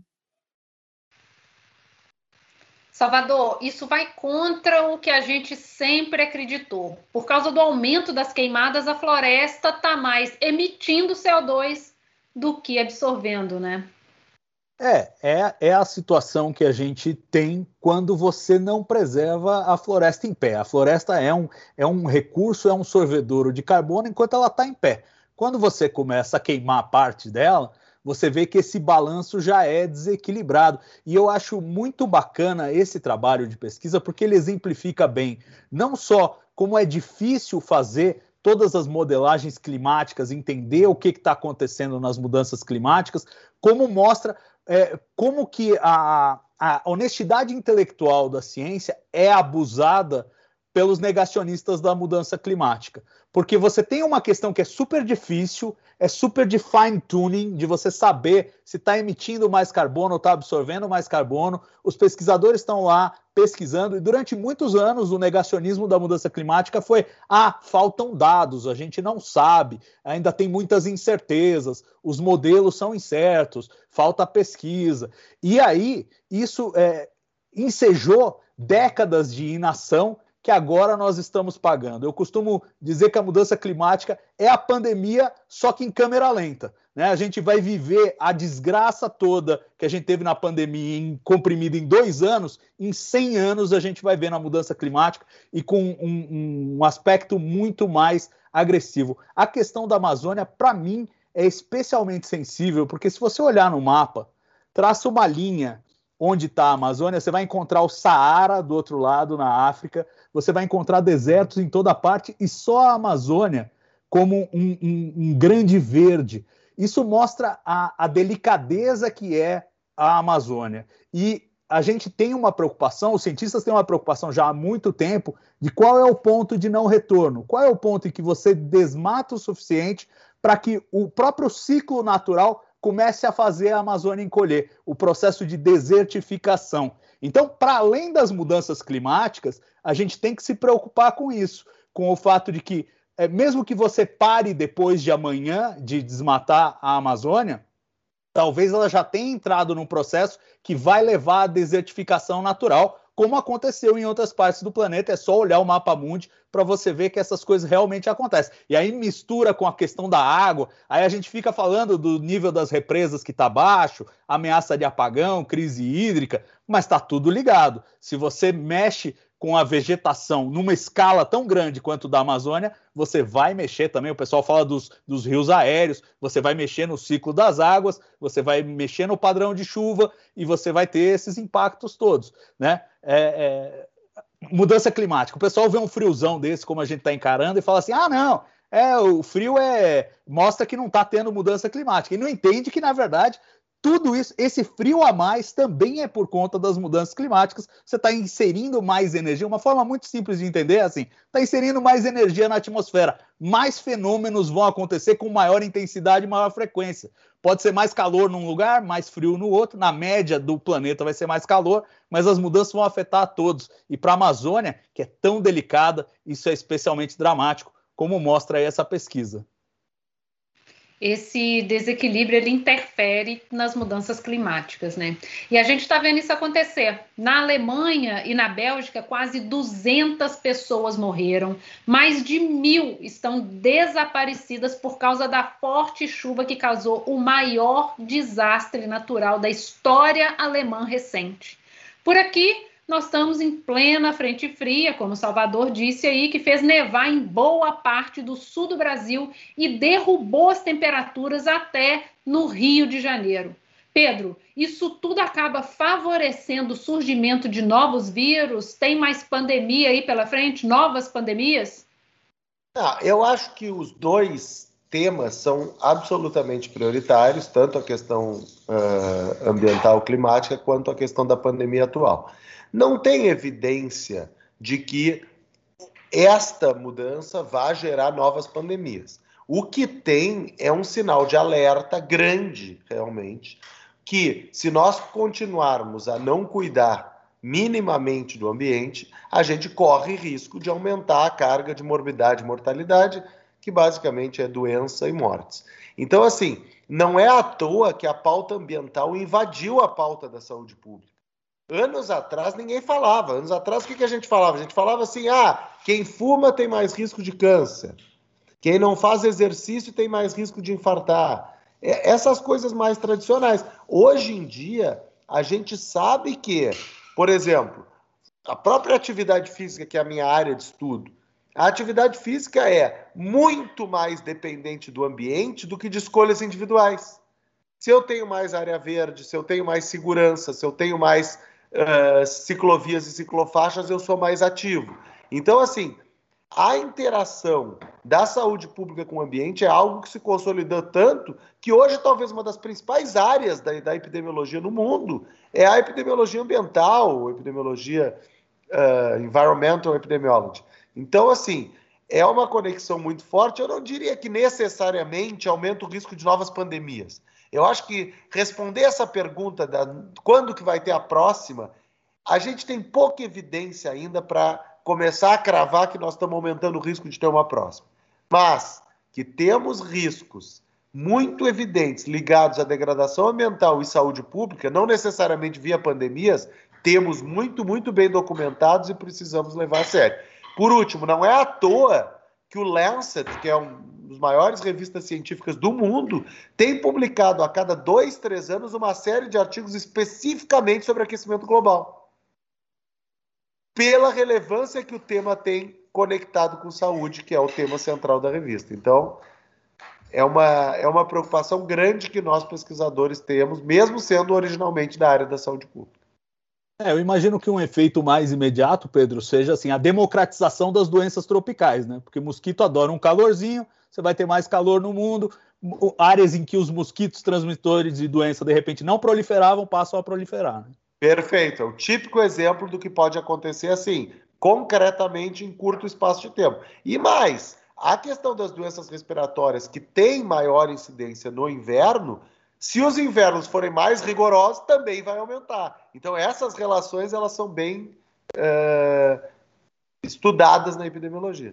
Salvador, isso vai contra o que a gente sempre acreditou. Por causa do aumento das queimadas, a floresta está mais emitindo CO2 do que absorvendo, né? É a situação que a gente tem quando você não preserva a floresta em pé. A floresta é um recurso, é um sorvedouro de carbono enquanto ela está em pé. Quando você começa a queimar parte dela, você vê que esse balanço já é desequilibrado. E eu acho muito bacana esse trabalho de pesquisa, porque ele exemplifica bem não só como é difícil fazer todas as modelagens climáticas, entender o que está acontecendo nas mudanças climáticas, como mostra como que a honestidade intelectual da ciência é abusada pelos negacionistas da mudança climática. Porque você tem uma questão que é super difícil, é super de fine-tuning, de você saber se está emitindo mais carbono ou está absorvendo mais carbono. Os pesquisadores estão lá pesquisando, e durante muitos anos o negacionismo da mudança climática foi: faltam dados, a gente não sabe, ainda tem muitas incertezas, os modelos são incertos, falta pesquisa. E aí isso ensejou décadas de inação que agora nós estamos pagando. Eu costumo dizer que a mudança climática é a pandemia, só que em câmera lenta, né? A gente vai viver a desgraça toda que a gente teve na pandemia comprimida em 2 anos, em 100 anos a gente vai ver na mudança climática, e com um aspecto muito mais agressivo. A questão da Amazônia, para mim, é especialmente sensível, porque se você olhar no mapa, traça uma linha onde está a Amazônia, você vai encontrar o Saara do outro lado, na África, você vai encontrar desertos em toda parte, e só a Amazônia como um grande verde. Isso mostra a delicadeza que é a Amazônia. E a gente tem uma preocupação, os cientistas têm uma preocupação já há muito tempo, de qual é o ponto de não retorno, qual é o ponto em que você desmata o suficiente para que o próprio ciclo natural comece a fazer a Amazônia encolher, o processo de desertificação. Então, para além das mudanças climáticas, a gente tem que se preocupar com isso, com o fato de que, mesmo que você pare depois de amanhã de desmatar a Amazônia, talvez ela já tenha entrado num processo que vai levar à desertificação natural, como aconteceu em outras partes do planeta. É só olhar o mapa mundi para você ver que essas coisas realmente acontecem. E aí mistura com a questão da água, aí a gente fica falando do nível das represas que está baixo, ameaça de apagão, crise hídrica, mas está tudo ligado. Se você mexe com a vegetação numa escala tão grande quanto da Amazônia, você vai mexer também, o pessoal fala dos rios aéreos, você vai mexer no ciclo das águas, você vai mexer no padrão de chuva, e você vai ter esses impactos todos, né? Mudança climática. O pessoal vê um friozão desse, como a gente está encarando, e fala assim: não, o frio mostra que não está tendo mudança climática. E não entende que, na verdade, tudo isso, esse frio a mais, também é por conta das mudanças climáticas. Você está inserindo mais energia. Uma forma muito simples de entender é assim: está inserindo mais energia na atmosfera. Mais fenômenos vão acontecer com maior intensidade e maior frequência. Pode ser mais calor num lugar, mais frio no outro. Na média do planeta vai ser mais calor, mas as mudanças vão afetar a todos. E para a Amazônia, que é tão delicada, isso é especialmente dramático, como mostra aí essa pesquisa. Esse desequilíbrio, ele interfere nas mudanças climáticas, né? E a gente está vendo isso acontecer. Na Alemanha e na Bélgica, quase 200 pessoas morreram, mais de 1.000 estão desaparecidas por causa da forte chuva que causou o maior desastre natural da história alemã recente. Por aqui, nós estamos em plena frente fria, como Salvador disse aí, que fez nevar em boa parte do sul do Brasil e derrubou as temperaturas até no Rio de Janeiro. Pedro, isso tudo acaba favorecendo o surgimento de novos vírus? Tem mais pandemia aí pela frente? Novas pandemias? Eu acho que os dois temas são absolutamente prioritários, tanto a questão ambiental climática quanto a questão da pandemia atual. Não tem evidência de que esta mudança vá gerar novas pandemias. O que tem é um sinal de alerta grande, realmente, que se nós continuarmos a não cuidar minimamente do ambiente, a gente corre risco de aumentar a carga de morbidade e mortalidade, que basicamente é doença e mortes. Então, assim, não é à toa que a pauta ambiental invadiu a pauta da saúde pública. Anos atrás, ninguém falava. Anos atrás, o que a gente falava? A gente falava assim: quem fuma tem mais risco de câncer. Quem não faz exercício tem mais risco de infartar. essas coisas mais tradicionais. Hoje em dia, a gente sabe que, por exemplo, a própria atividade física, que é a minha área de estudo, a atividade física é muito mais dependente do ambiente do que de escolhas individuais. Se eu tenho mais área verde, se eu tenho mais segurança, se eu tenho mais ciclovias e ciclofaixas, eu sou mais ativo. Então, assim, a interação da saúde pública com o ambiente é algo que se consolidou tanto que hoje talvez uma das principais áreas da epidemiologia no mundo é a epidemiologia ambiental, a epidemiologia environmental epidemiology. Então, assim, é uma conexão muito forte. Eu não diria que necessariamente aumenta o risco de novas pandemias. Eu acho que responder essa pergunta quando que vai ter a próxima, a gente tem pouca evidência ainda para começar a cravar que nós estamos aumentando o risco de ter uma próxima. Mas que temos riscos muito evidentes ligados à degradação ambiental e saúde pública, não necessariamente via pandemias, temos muito, muito bem documentados e precisamos levar a sério. Por último, não é à toa que o Lancet, que é uma das maiores revistas científicas do mundo, tem publicado a cada 2, 3 anos uma série de artigos especificamente sobre aquecimento global. Pela relevância que o tema tem conectado com saúde, que é o tema central da revista. Então, é uma preocupação grande que nós pesquisadores temos, mesmo sendo originalmente da área da saúde pública. Eu imagino que um efeito mais imediato, Pedro, seja assim, a democratização das doenças tropicais, né? Porque mosquito adora um calorzinho, você vai ter mais calor no mundo, áreas em que os mosquitos transmissores de doença, de repente, não proliferavam, passam a proliferar, né? Perfeito, é o típico exemplo do que pode acontecer assim, concretamente em curto espaço de tempo. E mais, a questão das doenças respiratórias que tem maior incidência no inverno, se os invernos forem mais rigorosos, também vai aumentar. Então, essas relações elas são bem estudadas na epidemiologia.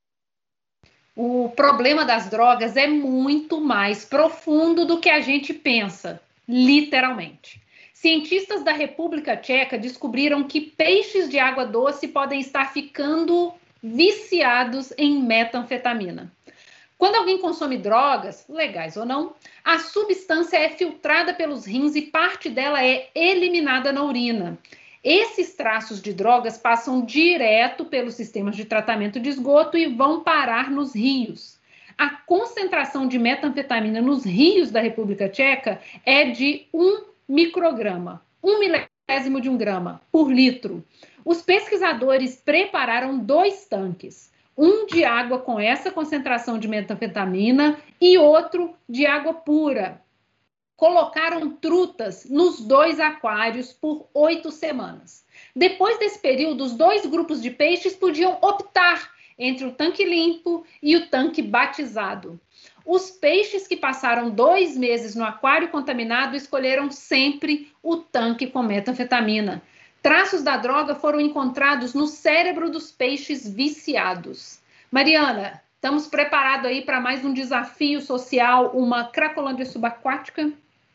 O problema das drogas é muito mais profundo do que a gente pensa, literalmente. Cientistas da República Tcheca descobriram que peixes de água doce podem estar ficando viciados em metanfetamina. Quando alguém consome drogas, legais ou não, a substância é filtrada pelos rins e parte dela é eliminada na urina. Esses traços de drogas passam direto pelos sistemas de tratamento de esgoto e vão parar nos rios. A concentração de metanfetamina nos rios da República Tcheca é de 1 micrograma, 1 milésimo de 1 grama por litro. Os pesquisadores prepararam 2 tanques. Um de água com essa concentração de metanfetamina e outro de água pura. Colocaram trutas nos 2 aquários por 8 semanas. Depois desse período, os 2 grupos de peixes podiam optar entre o tanque limpo e o tanque batizado. Os peixes que passaram 2 meses no aquário contaminado escolheram sempre o tanque com metanfetamina. Traços da droga foram encontrados no cérebro dos peixes viciados. Mariana, estamos preparados aí para mais um desafio social, uma Cracolândia subaquática?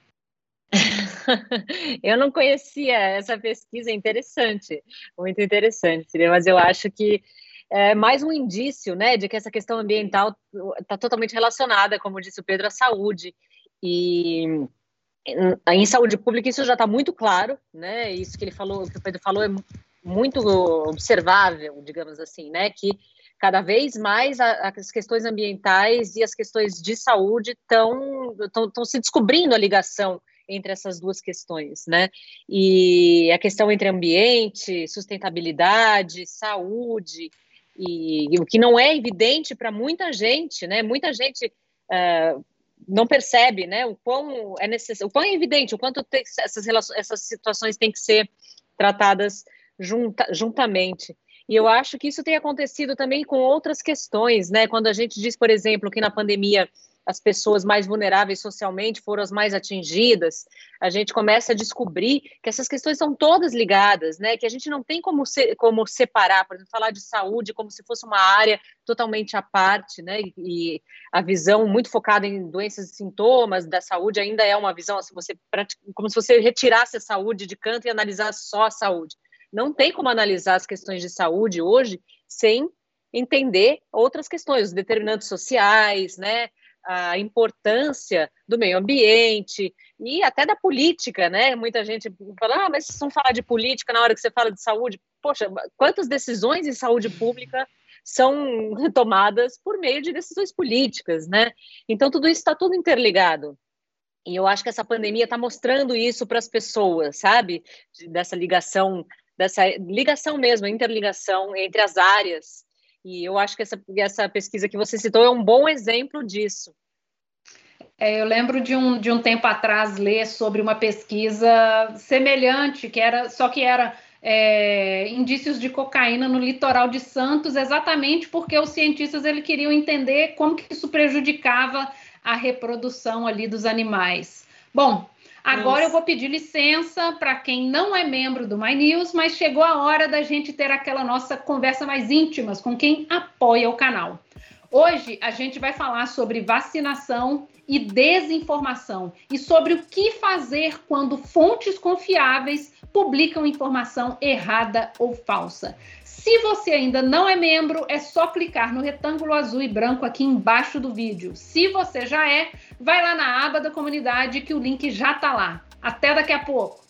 Eu não conhecia essa pesquisa, interessante, muito interessante, mas eu acho que é mais um indício, né, de que essa questão ambiental está totalmente relacionada, como disse o Pedro, à saúde. E em saúde pública isso já está muito claro, né? Isso que ele falou, que o Pedro falou, é muito observável, digamos assim, né? Que cada vez mais as questões ambientais e as questões de saúde estão se descobrindo a ligação entre essas duas questões, né? E a questão entre ambiente, sustentabilidade, saúde, e o que não é evidente para muita gente, né? Muita gente não percebe, né? O quão é necessário, o quão é evidente, o quanto essas situações têm que ser tratadas juntamente. E eu acho que isso tem acontecido também com outras questões, né? Quando a gente diz, por exemplo, que na pandemia as pessoas mais vulneráveis socialmente foram as mais atingidas, a gente começa a descobrir que essas questões são todas ligadas, né? Que a gente não tem como separar, por exemplo, falar de saúde como se fosse uma área totalmente à parte, né? E a visão muito focada em doenças e sintomas da saúde ainda é uma visão assim, como se você retirasse a saúde de canto e analisasse só a saúde. Não tem como analisar as questões de saúde hoje sem entender outras questões, os determinantes sociais, né? a importância do meio ambiente e até da política, né? Muita gente fala, mas vocês vão falar de política na hora que você fala de saúde? Poxa, quantas decisões em saúde pública são tomadas por meio de decisões políticas, né? Então, tudo isso está tudo interligado. E eu acho que essa pandemia está mostrando isso para as pessoas, sabe? Dessa ligação mesmo, a interligação entre as áreas. E eu acho que essa pesquisa que você citou é um bom exemplo disso. Eu lembro de um tempo atrás ler sobre uma pesquisa semelhante, só que era indícios de cocaína no litoral de Santos, exatamente porque os cientistas queriam entender como que isso prejudicava a reprodução ali dos animais. Bom, agora eu vou pedir licença para quem não é membro do My News, mas chegou a hora da gente ter aquela nossa conversa mais íntima com quem apoia o canal. Hoje a gente vai falar sobre vacinação e desinformação e sobre o que fazer quando fontes confiáveis publicam informação errada ou falsa. Se você ainda não é membro, é só clicar no retângulo azul e branco aqui embaixo do vídeo. Se você já é, vai lá na aba da comunidade que o link já está lá. Até daqui a pouco!